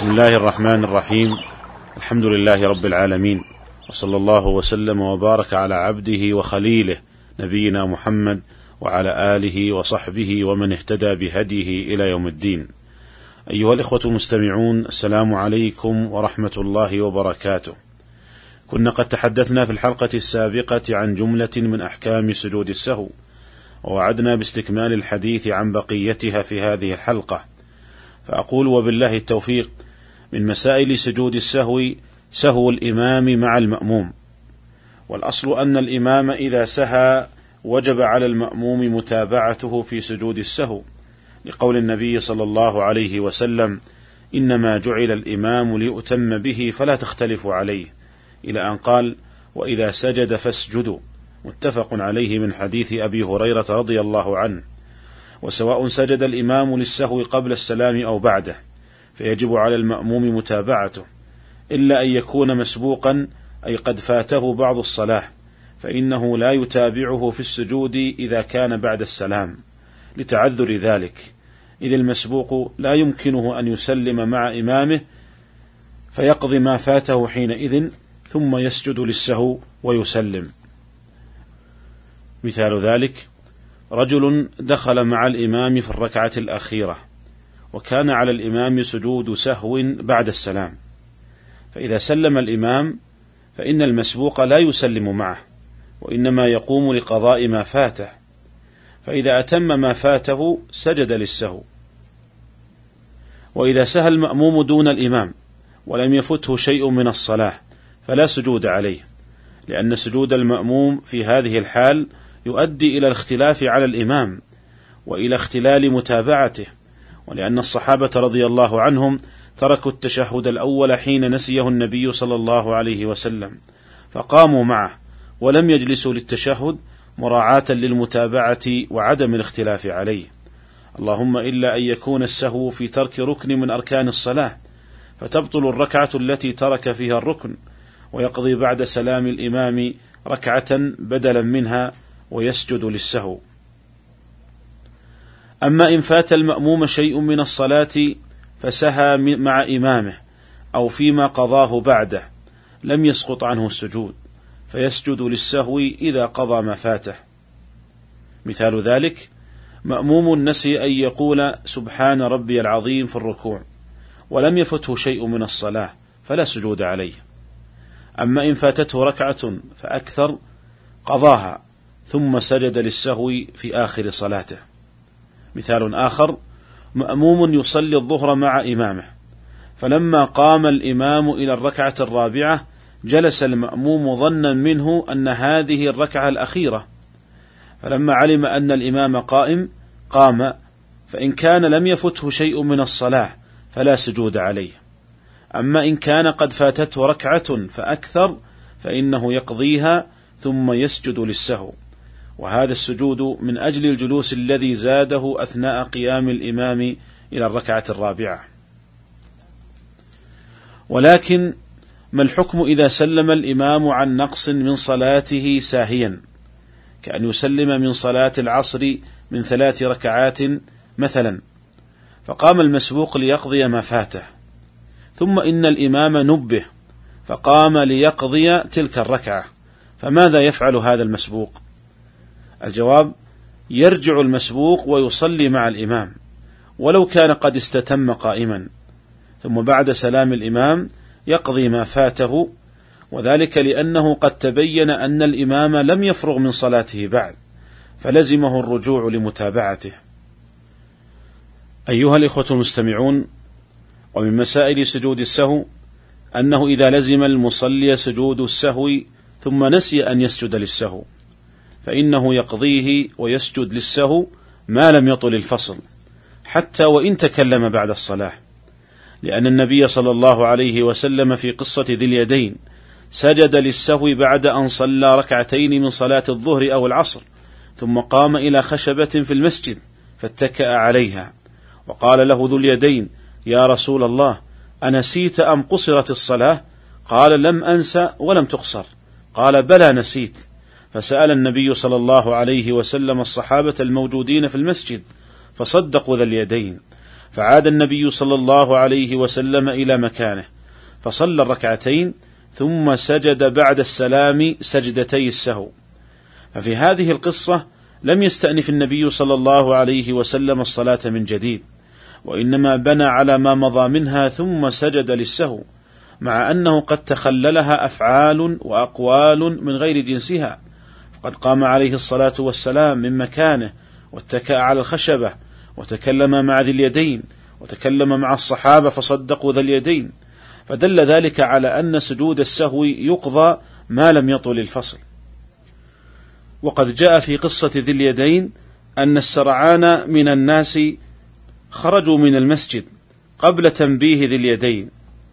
بسم الله الرحمن الرحيم. الحمد لله رب العالمين، وصلى الله وسلم وبارك على عبده وخليله نبينا محمد وعلى آله وصحبه ومن اهتدى بهديه إلى يوم الدين. أيها الإخوة المستمعون، السلام عليكم ورحمة الله وبركاته. كنا قد تحدثنا في الحلقة السابقة عن جملة من أحكام سجود السهو، ووعدنا باستكمال الحديث عن بقيتها في هذه الحلقة، فأقول وبالله التوفيق: من مسائل سجود السهو سهو الإمام مع المأموم. والأصل أن الإمام إذا سهى وجب على المأموم متابعته في سجود السهو، لقول النبي صلى الله عليه وسلم: إنما جعل الإمام ليؤتم به فلا تختلفوا عليه، إلى أن قال: وإذا سجد فاسجدوا، متفق عليه من حديث أبي هريرة رضي الله عنه. وسواء سجد الإمام للسهو قبل السلام أو بعده، فيجب على المأموم متابعته، إلا أن يكون مسبوقا، أي قد فاته بعض الصلاة، فإنه لا يتابعه في السجود إذا كان بعد السلام لتعذر ذلك، إذ المسبوق لا يمكنه أن يسلم مع إمامه فيقضي ما فاته حينئذ ثم يسجد للسهو ويسلم. مثال ذلك: رجل دخل مع الإمام في الركعة الأخيرة، وكان على الإمام سجود سهو بعد السلام، فإذا سلم الإمام فإن المسبوق لا يسلم معه، وإنما يقوم لقضاء ما فاته، فإذا أتم ما فاته سجد للسهو. وإذا سهى المأموم دون الإمام ولم يفته شيء من الصلاة فلا سجود عليه، لأن سجود المأموم في هذه الحال يؤدي إلى الاختلاف على الإمام وإلى اختلال متابعته، ولأن الصحابة رضي الله عنهم تركوا التشهد الأول حين نسيه النبي صلى الله عليه وسلم، فقاموا معه ولم يجلسوا للتشهد مراعاة للمتابعة وعدم الاختلاف عليه، اللهم إلا أن يكون السهو في ترك ركن من أركان الصلاة، فتبطل الركعة التي ترك فيها الركن، ويقضي بعد سلام الإمام ركعة بدلا منها ويسجد للسهو. أما إن فات المأموم شيء من الصلاة فسهى مع إمامه أو فيما قضاه بعده، لم يسقط عنه السجود، فيسجد للسهو إذا قضى ما فاته. مثال ذلك: مأموم نسي أن يقول سبحان ربي العظيم في الركوع ولم يفته شيء من الصلاة فلا سجود عليه. أما إن فاتته ركعة فأكثر قضاها ثم سجد للسهو في آخر صلاته. مثال آخر: مأموم يصلي الظهر مع إمامه، فلما قام الإمام إلى الركعة الرابعة جلس المأموم ظنا منه أن هذه الركعة الأخيرة، فلما علم أن الإمام قائم قام، فإن كان لم يفته شيء من الصلاة فلا سجود عليه. أما إن كان قد فاتته ركعة فأكثر فإنه يقضيها ثم يسجد للسهو، وهذا السجود من أجل الجلوس الذي زاده أثناء قيام الإمام إلى الركعة الرابعة. ولكن ما الحكم إذا سلم الإمام عن نقص من صلاته ساهيا، كأن يسلم من صلاة العصر من 3 ركعات مثلا، فقام المسبوق ليقضي ما فاته، ثم إن الإمام نبه فقام ليقضي تلك الركعة، فماذا يفعل هذا المسبوق؟ الجواب: يرجع المسبوق ويصلي مع الإمام ولو كان قد استتم قائما، ثم بعد سلام الإمام يقضي ما فاته، وذلك لأنه قد تبين أن الإمام لم يفرغ من صلاته بعد، فلزمه الرجوع لمتابعته. أيها الإخوة المستمعون، ومن مسائل سجود السهو أنه إذا لزم المصلي سجود السهو ثم نسي أن يسجد للسهو فإنه يقضيه ويسجد للسهو ما لم يطل الفصل، حتى وإن تكلم بعد الصلاة، لأن النبي صلى الله عليه وسلم في قصة ذي اليدين سجد للسهو بعد أن صلى ركعتين من صلاة الظهر أو العصر، ثم قام إلى خشبة في المسجد فاتكأ عليها، وقال له ذو اليدين: يا رسول الله، أنسيت أم قصرت الصلاة؟ قال: لم أنسى ولم تقصر. قال: بلى نسيت. فسأل النبي صلى الله عليه وسلم الصحابة الموجودين في المسجد فصدقوا ذا اليدين، فعاد النبي صلى الله عليه وسلم إلى مكانه فصلى الركعتين ثم سجد بعد السلام سجدتي السهو. ففي هذه القصة لم يستأنف النبي صلى الله عليه وسلم الصلاة من جديد، وإنما بنى على ما مضى منها ثم سجد للسهو، مع أنه قد تخللها أفعال وأقوال من غير جنسها، فقد قام عليه الصلاة والسلام من مكانه واتكأ على الخشبة وتكلم مع ذي اليدين وتكلم مع الصحابة فصدقوا ذا اليدين، فدل ذلك على أن سجود السهو يقضى ما لم يطل الفصل. وقد جاء في قصة ذي اليدين أن السرعان من الناس خرجوا من المسجد قبل تنبيه ذي اليدين.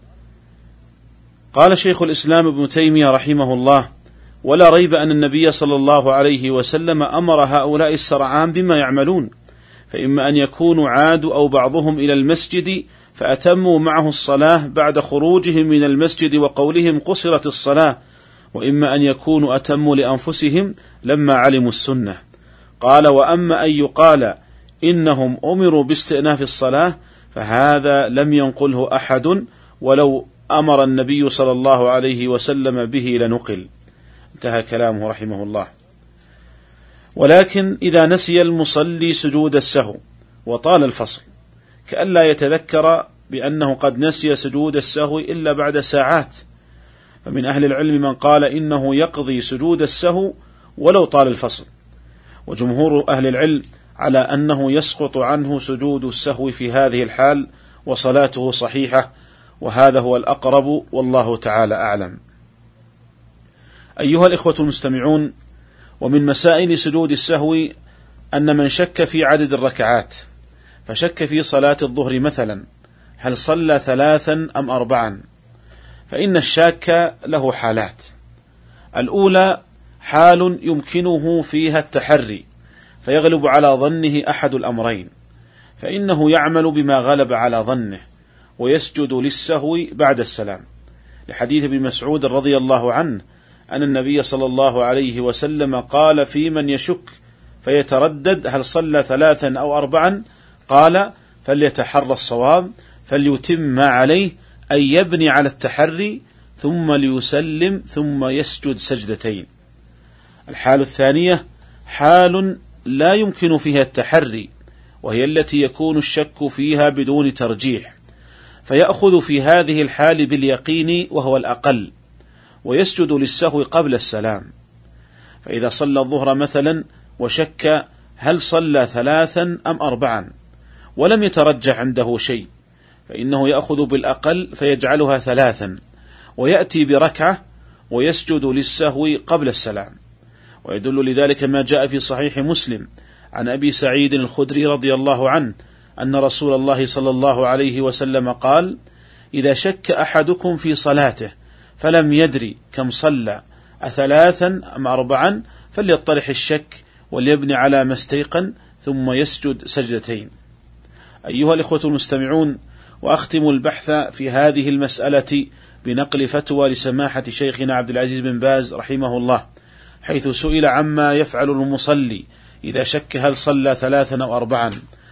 قال شيخ الإسلام ابن تيمية رحمه الله: ولا ريب أن النبي صلى الله عليه وسلم أمر هؤلاء السرعان بما يعملون، فإما أن يكونوا عادوا أو بعضهم إلى المسجد فأتموا معه الصلاة بعد خروجهم من المسجد وقولهم قصرت الصلاة، وإما أن يكونوا أتموا لأنفسهم لما علموا السنة. قال: وأما أن يقال إنهم أمروا باستئناف الصلاة فهذا لم ينقله أحد، ولو أمر النبي صلى الله عليه وسلم به لنقل. انتهى كلامه رحمه الله. ولكن إذا نسي المصلي سجود السهو وطال الفصل، كأن لا يتذكر بأنه قد نسي سجود السهو إلا بعد ساعات، فمن أهل العلم من قال إنه يقضي سجود السهو ولو طال الفصل، وجمهور أهل العلم على أنه يسقط عنه سجود السهو في هذه الحال وصلاته صحيحة، وهذا هو الأقرب والله تعالى أعلم. أيها الإخوة المستمعون، ومن مسائل سجود السهو أن من شك في عدد الركعات، فشك في صلاة الظهر مثلا هل صلى 3 أم 4، فإن الشاك له حالات. الأولى حال يمكنه فيها التحري فيغلب على ظنه أحد الأمرين، فإنه يعمل بما غلب على ظنه ويسجد للسهو بعد السلام، لحديث ابن مسعود رضي الله عنه أن النبي صلى الله عليه وسلم قال في من يشك فيتردد هل صلى 3 أو 4، قال: فليتحرى الصواب فليتم ما عليه، أن يبني على التحري ثم ليسلم ثم يسجد سجدتين. الحال الثانية حال لا يمكن فيها التحري، وهي التي يكون الشك فيها بدون ترجيح، فيأخذ في هذه الحال باليقين وهو الأقل، ويسجد للسهو قبل السلام. فإذا صلى الظهر مثلا وشك هل صلى 3 أم 4 ولم يترجح عنده شيء، فإنه يأخذ بالأقل فيجعلها 3 ويأتي بركعة ويسجد للسهو قبل السلام. ويدل لذلك ما جاء في صحيح مسلم عن أبي سعيد الخدري رضي الله عنه أن رسول الله صلى الله عليه وسلم قال: إذا شك أحدكم في صلاته فلم يدري كم صلى 3 أم 4 فليطرح الشك وليبني على ما استيقن ثم يسجد سجدتين. أيها الإخوة المستمعون، وأختم البحث في هذه المسألة بنقل فتوى لسماحة شيخنا عبد العزيز بن باز رحمه الله، حيث سئل عما يفعل المصلي إذا شك هل صلى 3 أو 4،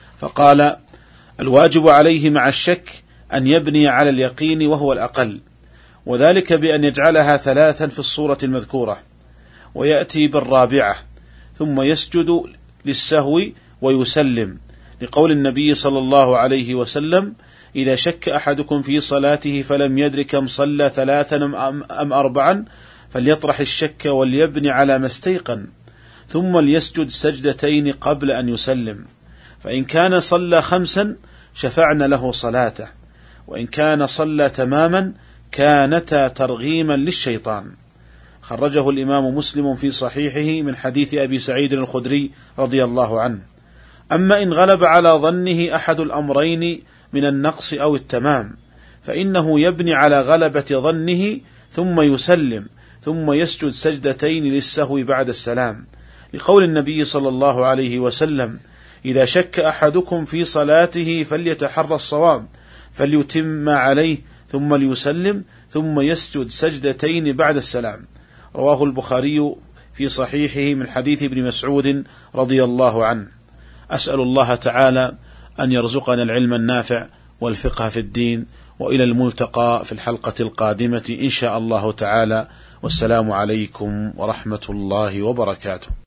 فقال: الواجب عليه مع الشك أن يبني على اليقين وهو الأقل، وذلك بأن يجعلها 3 في الصورة المذكورة، ويأتي بالرابعة ثم يسجد للسهو ويسلم، لقول النبي صلى الله عليه وسلم: إذا شك أحدكم في صلاته فلم يدر كم صلى 3 أم 4 فليطرح الشك وليبني على ما استيقن، ثم ليسجد سجدتين قبل أن يسلم، فإن كان صلى 5 شفعنا له صلاته، وإن كان صلى تماما كانتا ترغيما للشيطان. خرجه الإمام مسلم في صحيحه من حديث أبي سعيد الخدري رضي الله عنه. أما إن غلب على ظنه أحد الأمرين من النقص أو التمام، فإنه يبني على غلبة ظنه ثم يسلم ثم يسجد سجدتين للسهو بعد السلام، لقول النبي صلى الله عليه وسلم: إذا شك أحدكم في صلاته فليتحرى الصواب فليتم ما عليه ثم ليسلم ثم يسجد سجدتين بعد السلام. رواه البخاري في صحيحه من حديث ابن مسعود رضي الله عنه. أسأل الله تعالى أن يرزقنا العلم النافع والفقه في الدين، وإلى الملتقى في الحلقة القادمة إن شاء الله تعالى، والسلام عليكم ورحمة الله وبركاته.